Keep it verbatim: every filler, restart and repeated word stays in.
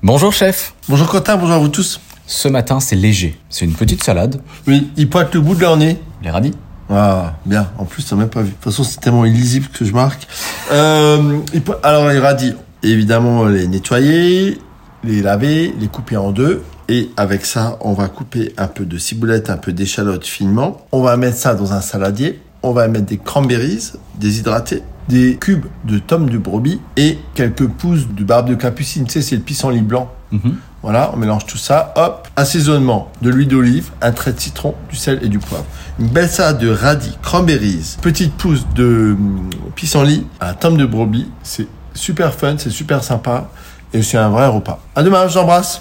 Bonjour chef. Bonjour Quentin, bonjour à vous tous. Ce matin, c'est léger. C'est une petite salade. Oui, ils pointent le bout de leur nez. Les radis. Ah, bien. En plus, t'as même pas vu. De toute façon, c'est tellement illisible que je marque. Euh, ils po- Alors, les radis, évidemment, les nettoyer, les laver, les couper en deux. Et avec ça, on va couper un peu de ciboulette, un peu d'échalote finement. On va mettre ça dans un saladier. On va mettre des cranberries déshydratés, des cubes de tomes de brebis et quelques pousses de barbe de capucine. Tu sais, c'est le pissenlit blanc. Mm-hmm. Voilà, on mélange tout ça. Hop, assaisonnement de l'huile d'olive, un trait de citron, du sel et du poivre. Une belle salade de radis, cranberries, petite pousse de hum, pissenlit, un tome de brebis. C'est super fun, c'est super sympa et c'est un vrai repas. À demain, je vous embrasse.